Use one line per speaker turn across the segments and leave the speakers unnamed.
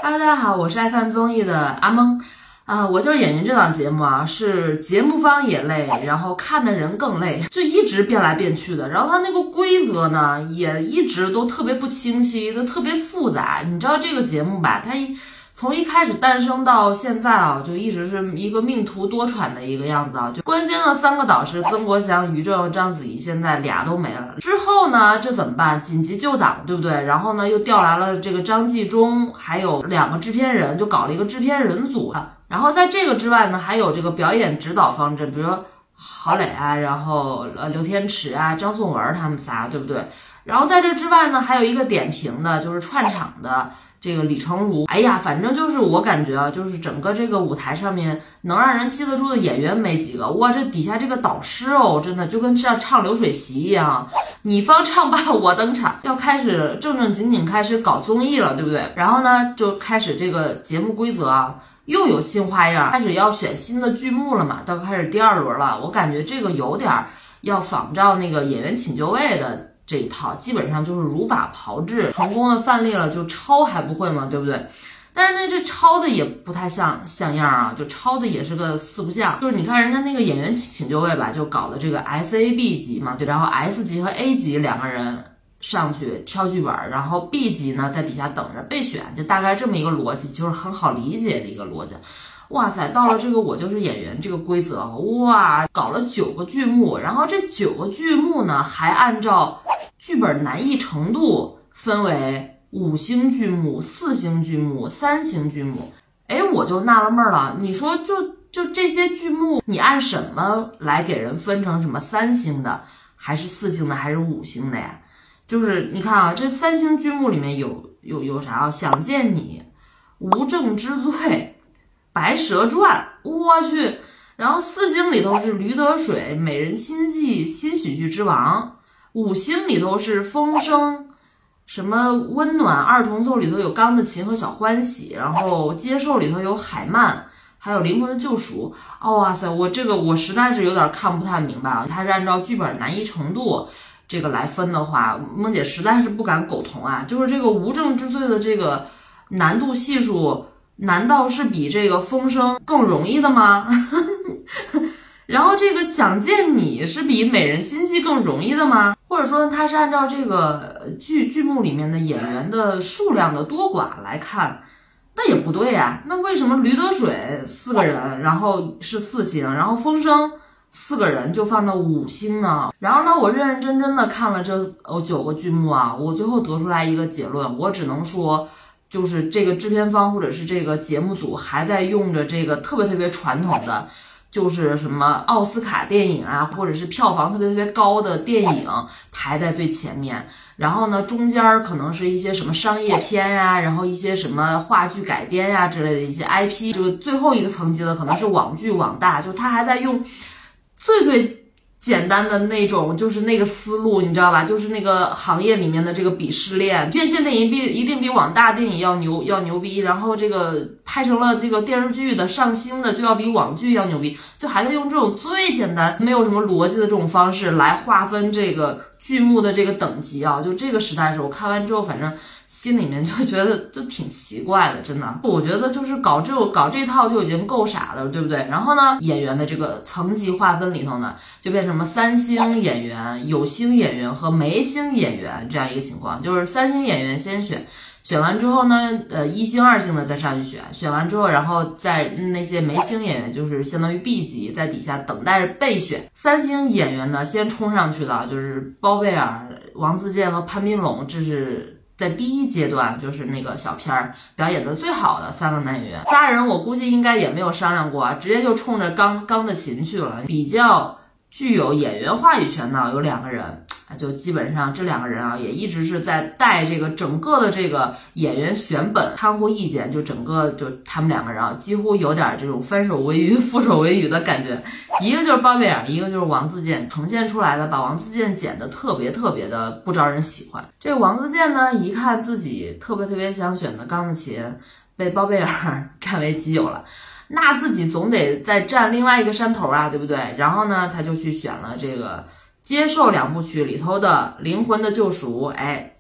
大家好，我是爱看综艺的阿蒙。我就是演员这档节目啊，是节目方也累，然后看的人更累，就一直变来变去的。然后它那个规则呢，也一直都特别不清晰，都特别复杂。你知道这个节目吧，它从一开始诞生到现在啊，就一直是一个命途多舛的一个样子啊。就关键的3个导师曾国祥、于正、章子怡，现在俩都没了。之后呢，这怎么办？紧急救档，对不对？然后呢，又调来了这个张纪中，还有2个制片人，就搞了一个制片人组。然后在这个之外呢，还有这个表演指导方针，比如说郝蕾啊，然后刘天池啊、张颂文他们仨，对不对？然后在这之外呢，还有一个点评的，就是串场的这个李成儒。哎呀，反正就是我感觉啊，就是整个这个舞台上面能让人记得住的演员没几个。哇，这底下这个导师哦，真的就跟像唱流水席一样，你方唱罢我登场，要开始正正经经开始搞综艺了，对不对？然后呢，就开始这个节目规则啊。又有新花样，开始要选新的剧目了嘛，到开始第2轮了。我感觉这个有点要仿照那个演员请就位的这一套，基本上就是如法炮制，成功的范例了，就抄还不会嘛，对不对？但是呢，这抄的也不太像样啊，就抄的也是个4不像。就是你看人家那个演员请就位吧，就搞的这个 SAB 级嘛，对，然后 S 级和 A 级2个人上去挑剧本，然后 B 级呢在底下等着备选，就大概这么一个逻辑，就是很好理解的一个逻辑。哇塞，到了这个我就是演员这个规则，哇，搞了9个剧目，然后这9个剧目呢还按照剧本难易程度分为5星剧目、4星剧目、3星剧目。哎，我就纳了闷了，你说就这些剧目，你按什么来给人分成什么3星的，还是4星的，还是5星的呀？就是你看啊，这3星剧目里面有啥啊？想见你、无证之罪、白蛇传，我去。然后4星里头是驴得水、美人心计、新喜剧之王。5星里头是风声、什么温暖、2重奏里头有钢的琴和小欢喜，然后接受里头有海曼，还有灵魂的救赎。哦哇塞，我实在是有点看不太明白啊，它是按照剧本难易程度这个来分的话，梦姐实在是不敢苟同啊！就是这个无证之罪的这个难度系数，难道是比这个风声更容易的吗？然后这个想见你是比美人心计更容易的吗？或者说它是按照这个剧目里面的演员的数量的多寡来看？那也不对呀，那为什么驴得水4个人，然后是4星，然后风声4个人就放到5星呢？然后呢，我认认真真的看了这9个剧目啊，我最后得出来一个结论，我只能说，就是这个制片方或者是这个节目组还在用着这个特别传统的，就是什么奥斯卡电影啊，或者是票房特别高的电影排在最前面，然后呢中间可能是一些什么商业片呀，然后一些什么话剧改编呀之类的一些 IP， 就最后一个层级的可能是网剧网大，就他还在用最简单的那种，就是那个思路，你知道吧？就是那个行业里面的这个鄙视链，院线电影一定比网大电影要牛逼，然后这个拍成了这个电视剧的上星的就要比网剧要牛逼，就还在用这种最简单没有什么逻辑的这种方式来划分这个剧目的这个等级啊！就这个实在是我看完之后，反正心里面就觉得就挺奇怪的，真的。我觉得就是搞这套就已经够傻的，对不对？然后呢，演员的这个层级划分里头呢，就变成什么3星演员、有星演员和没星演员这样一个情况，就是3星演员先选完之后呢，1星2星的再上去选完之后，然后在那些没星演员，就是相当于 B 级，在底下等待着备选。3星演员呢，先冲上去的就是包贝尔、王自健和潘斌龙，这是在第1阶段，就是那个小片表演的最好的3个男演员。仨人我估计应该也没有商量过啊，直接就冲着钢的琴去了。比较具有演员话语权的有2个人，就基本上这2个人啊，也一直是在带这个整个的这个演员选本看护意见，就整个就他们2个人啊，几乎有点这种翻手为鱼覆手为雨的感觉。一个就是包贝尔，一个就是王自健，呈现出来的把王自健剪得特别的不招人喜欢。这个王自健呢，一看自己特别想选的钢的琴被包贝尔占为己有了，那自己总得再占另外一个山头啊，对不对？然后呢，他就去选了这个接受2部曲里头的灵魂的救赎。哎，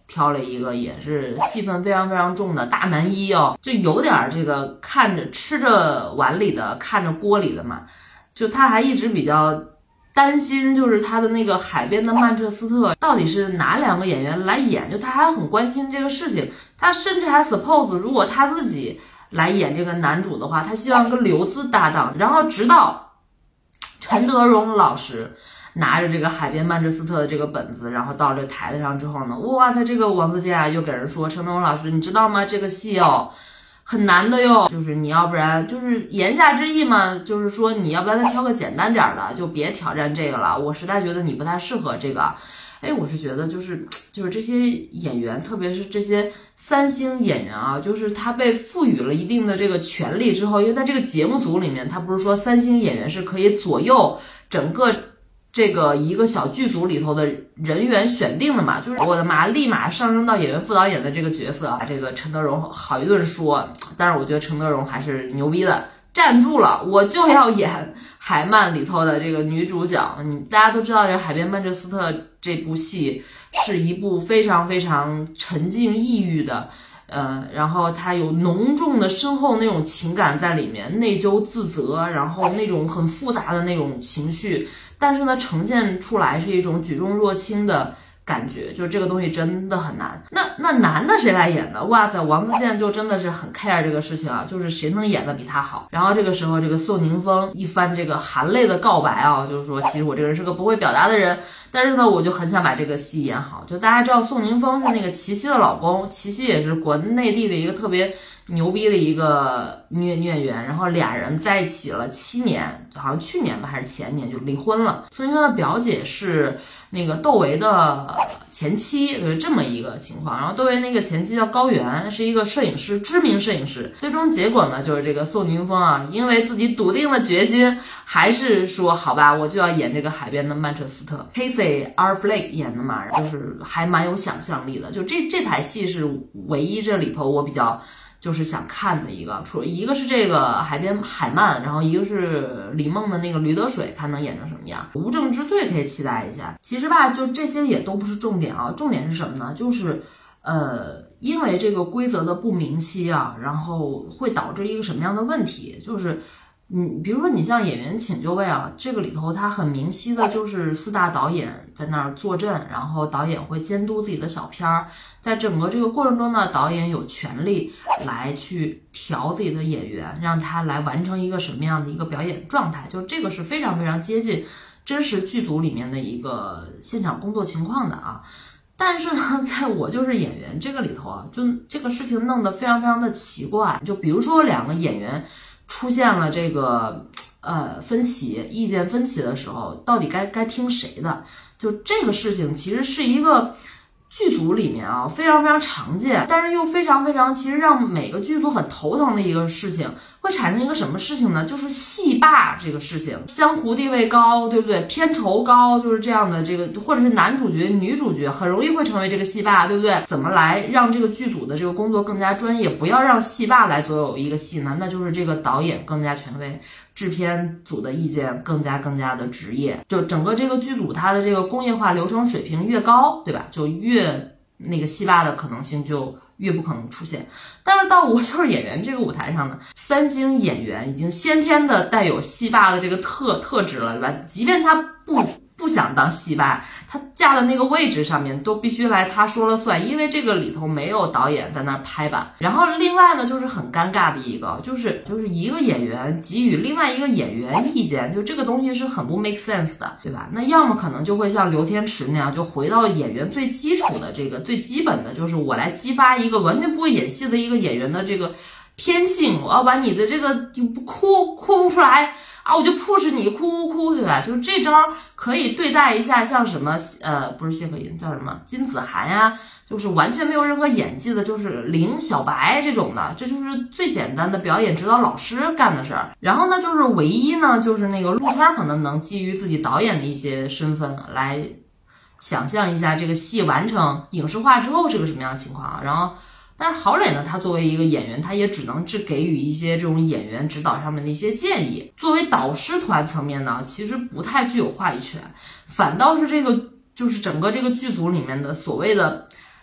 挑了一个也是戏份非常非常重的大男一哦，就有点这个看着吃着碗里的看着锅里的嘛，就他还一直比较担心，就是他的那个海边的曼彻斯特到底是哪2个演员来演，就他还很关心这个事情，他甚至还 suppose 如果他自己来演这个男主的话，他希望跟刘孜搭档，然后直到陈德容老师拿着这个海边曼彻斯特的这个本子，然后到这个台子上之后呢，哇，他这个王自健又给人说，陈德容老师你知道吗，这个戏哦很难的哟，就是你要不然就是言下之意嘛，就是说你要不然再挑个简单点的，就别挑战这个了，我实在觉得你不太适合这个。哎，我是觉得就是这些演员，特别是这些3星演员啊，就是他被赋予了一定的这个权利之后，因为在这个节目组里面，他不是说3星演员是可以左右整个这个一个小剧组里头的人员选定的嘛，就是我的妈，立马上升到演员副导演的这个角色啊，这个陈德容好一顿说，但是我觉得陈德容还是牛逼的，站住了，我就要演海曼里头的这个女主角。大家都知道这个海边曼彻斯特这部戏是一部非常非常沉静抑郁的然后它有浓重的深厚那种情感在里面，内疚自责，然后那种很复杂的那种情绪，但是呢呈现出来是一种举重若轻的感觉，就是这个东西真的很难。那男的谁来演呢？哇塞，王自健就真的是很 care 这个事情啊，就是谁能演得比他好。然后这个时候这个宋宁峰一番这个含泪的告白啊，就是说其实我这个人是个不会表达的人，但是呢我就很想把这个戏演好。就大家知道宋宁峰是那个齐溪的老公，齐溪也是国内地的一个特别牛逼的一个女演员，然后俩人在一起了7年，好像去年吧还是前年就离婚了。宋宁峰的表姐是那个窦唯的前妻，就是这么一个情况。然后窦唯那个前妻叫高原，是一个摄影师，知名摄影师。最终结果呢，就是这个宋宁峰啊，因为自己笃定的决心，还是说好吧，我就要演这个海边的曼彻斯特。Casey Affleck 演的嘛，就是还蛮有想象力的。就这台戏是唯一这里头我比较就是想看的一个，除了一个是这个海边海曼，然后一个是李梦的那个驴得水，看能演成什么样。无证之罪可以期待一下。其实吧，就这些也都不是重点啊，重点是什么呢？就是因为这个规则的不明晰啊，然后会导致一个什么样的问题？就是比如说你像演员请就位啊，这个里头它很明晰的就是4大导演在那儿坐镇，然后导演会监督自己的小片儿，在整个这个过程中呢，导演有权利来去调自己的演员，让他来完成一个什么样的一个表演状态，就这个是非常非常接近真实剧组里面的一个现场工作情况的啊。但是呢，在我就是演员这个里头啊，就这个事情弄得非常非常的奇怪。就比如说2个演员出现了这个分歧，意见分歧的时候，到底该听谁的？就这个事情其实是一个剧组里面啊非常非常常见，但是又非常非常其实让每个剧组很头疼的一个事情。会产生一个什么事情呢？就是戏霸这个事情，江湖地位高，对不对？片酬高，就是这样的这个，或者是男主角、女主角很容易会成为这个戏霸，对不对？怎么来让这个剧组的这个工作更加专业，不要让戏霸来左右一个戏呢？那就是这个导演更加权威，制片组的意见更加的职业，就整个这个剧组它的这个工业化流程水平越高，对吧？就越那个戏霸的可能性就越不可能出现。但是到我就是演员这个舞台上呢，3星演员已经先天的带有戏霸的这个特质了，对吧？即便他不想当戏霸，他架的那个位置上面都必须来他说了算，因为这个里头没有导演在那儿拍板。然后另外呢，就是很尴尬的一个，就是一个演员给予另外一个演员意见，就这个东西是很不 make sense 的，对吧？那要么可能就会像刘天池那样，就回到演员最基础的这个最基本的，就是我来激发一个完全不会演戏的一个演员的这个天性，我要把你的这个哭不出来啊，我就 push 你哭，对吧？就是这招可以对待一下，像什么不是谢可寅，叫什么金子涵呀，就是完全没有任何演技的，就是零小白这种的，这就是最简单的表演指导老师干的事儿。然后呢，就是唯一呢，就是那个陆川可能能基于自己导演的一些身份来想象一下这个戏完成影视化之后是个什么样的情况啊。然后但是郝蕾呢，他作为一个演员，他也只能给予一些这种演员指导上面的一些建议。作为导师团层面呢，其实不太具有话语权，反倒是这个就是整个这个剧组里面的所谓的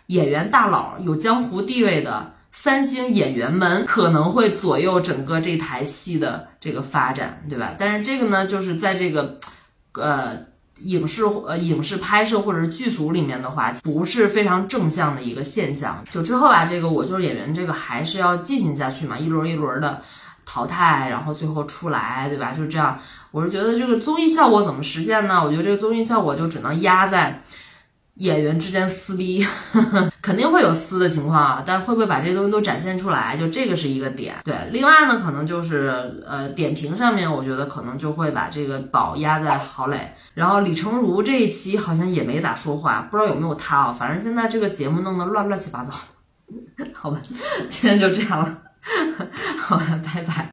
演员大佬、有江湖地位的3星演员们可能会左右整个这台戏的这个发展，对吧？但是这个呢，就是在这个影视拍摄或者是剧组里面的话，不是非常正向的一个现象。就之后吧，这个我就是演员，这个还是要进行下去嘛，一轮一轮的淘汰，然后最后出来，对吧？就是这样。我是觉得这个综艺效果怎么实现呢？我觉得这个综艺效果就只能压在演员之间撕逼，肯定会有撕的情况啊，但会不会把这些东西都展现出来，就这个是一个点。对，另外呢，可能就是点评上面，我觉得可能就会把这个宝压在郝蕾，然后李成儒这一期好像也没咋说话，不知道有没有他啊，反正现在这个节目弄得乱七八糟。好吧，今天就这样了，好吧，拜拜。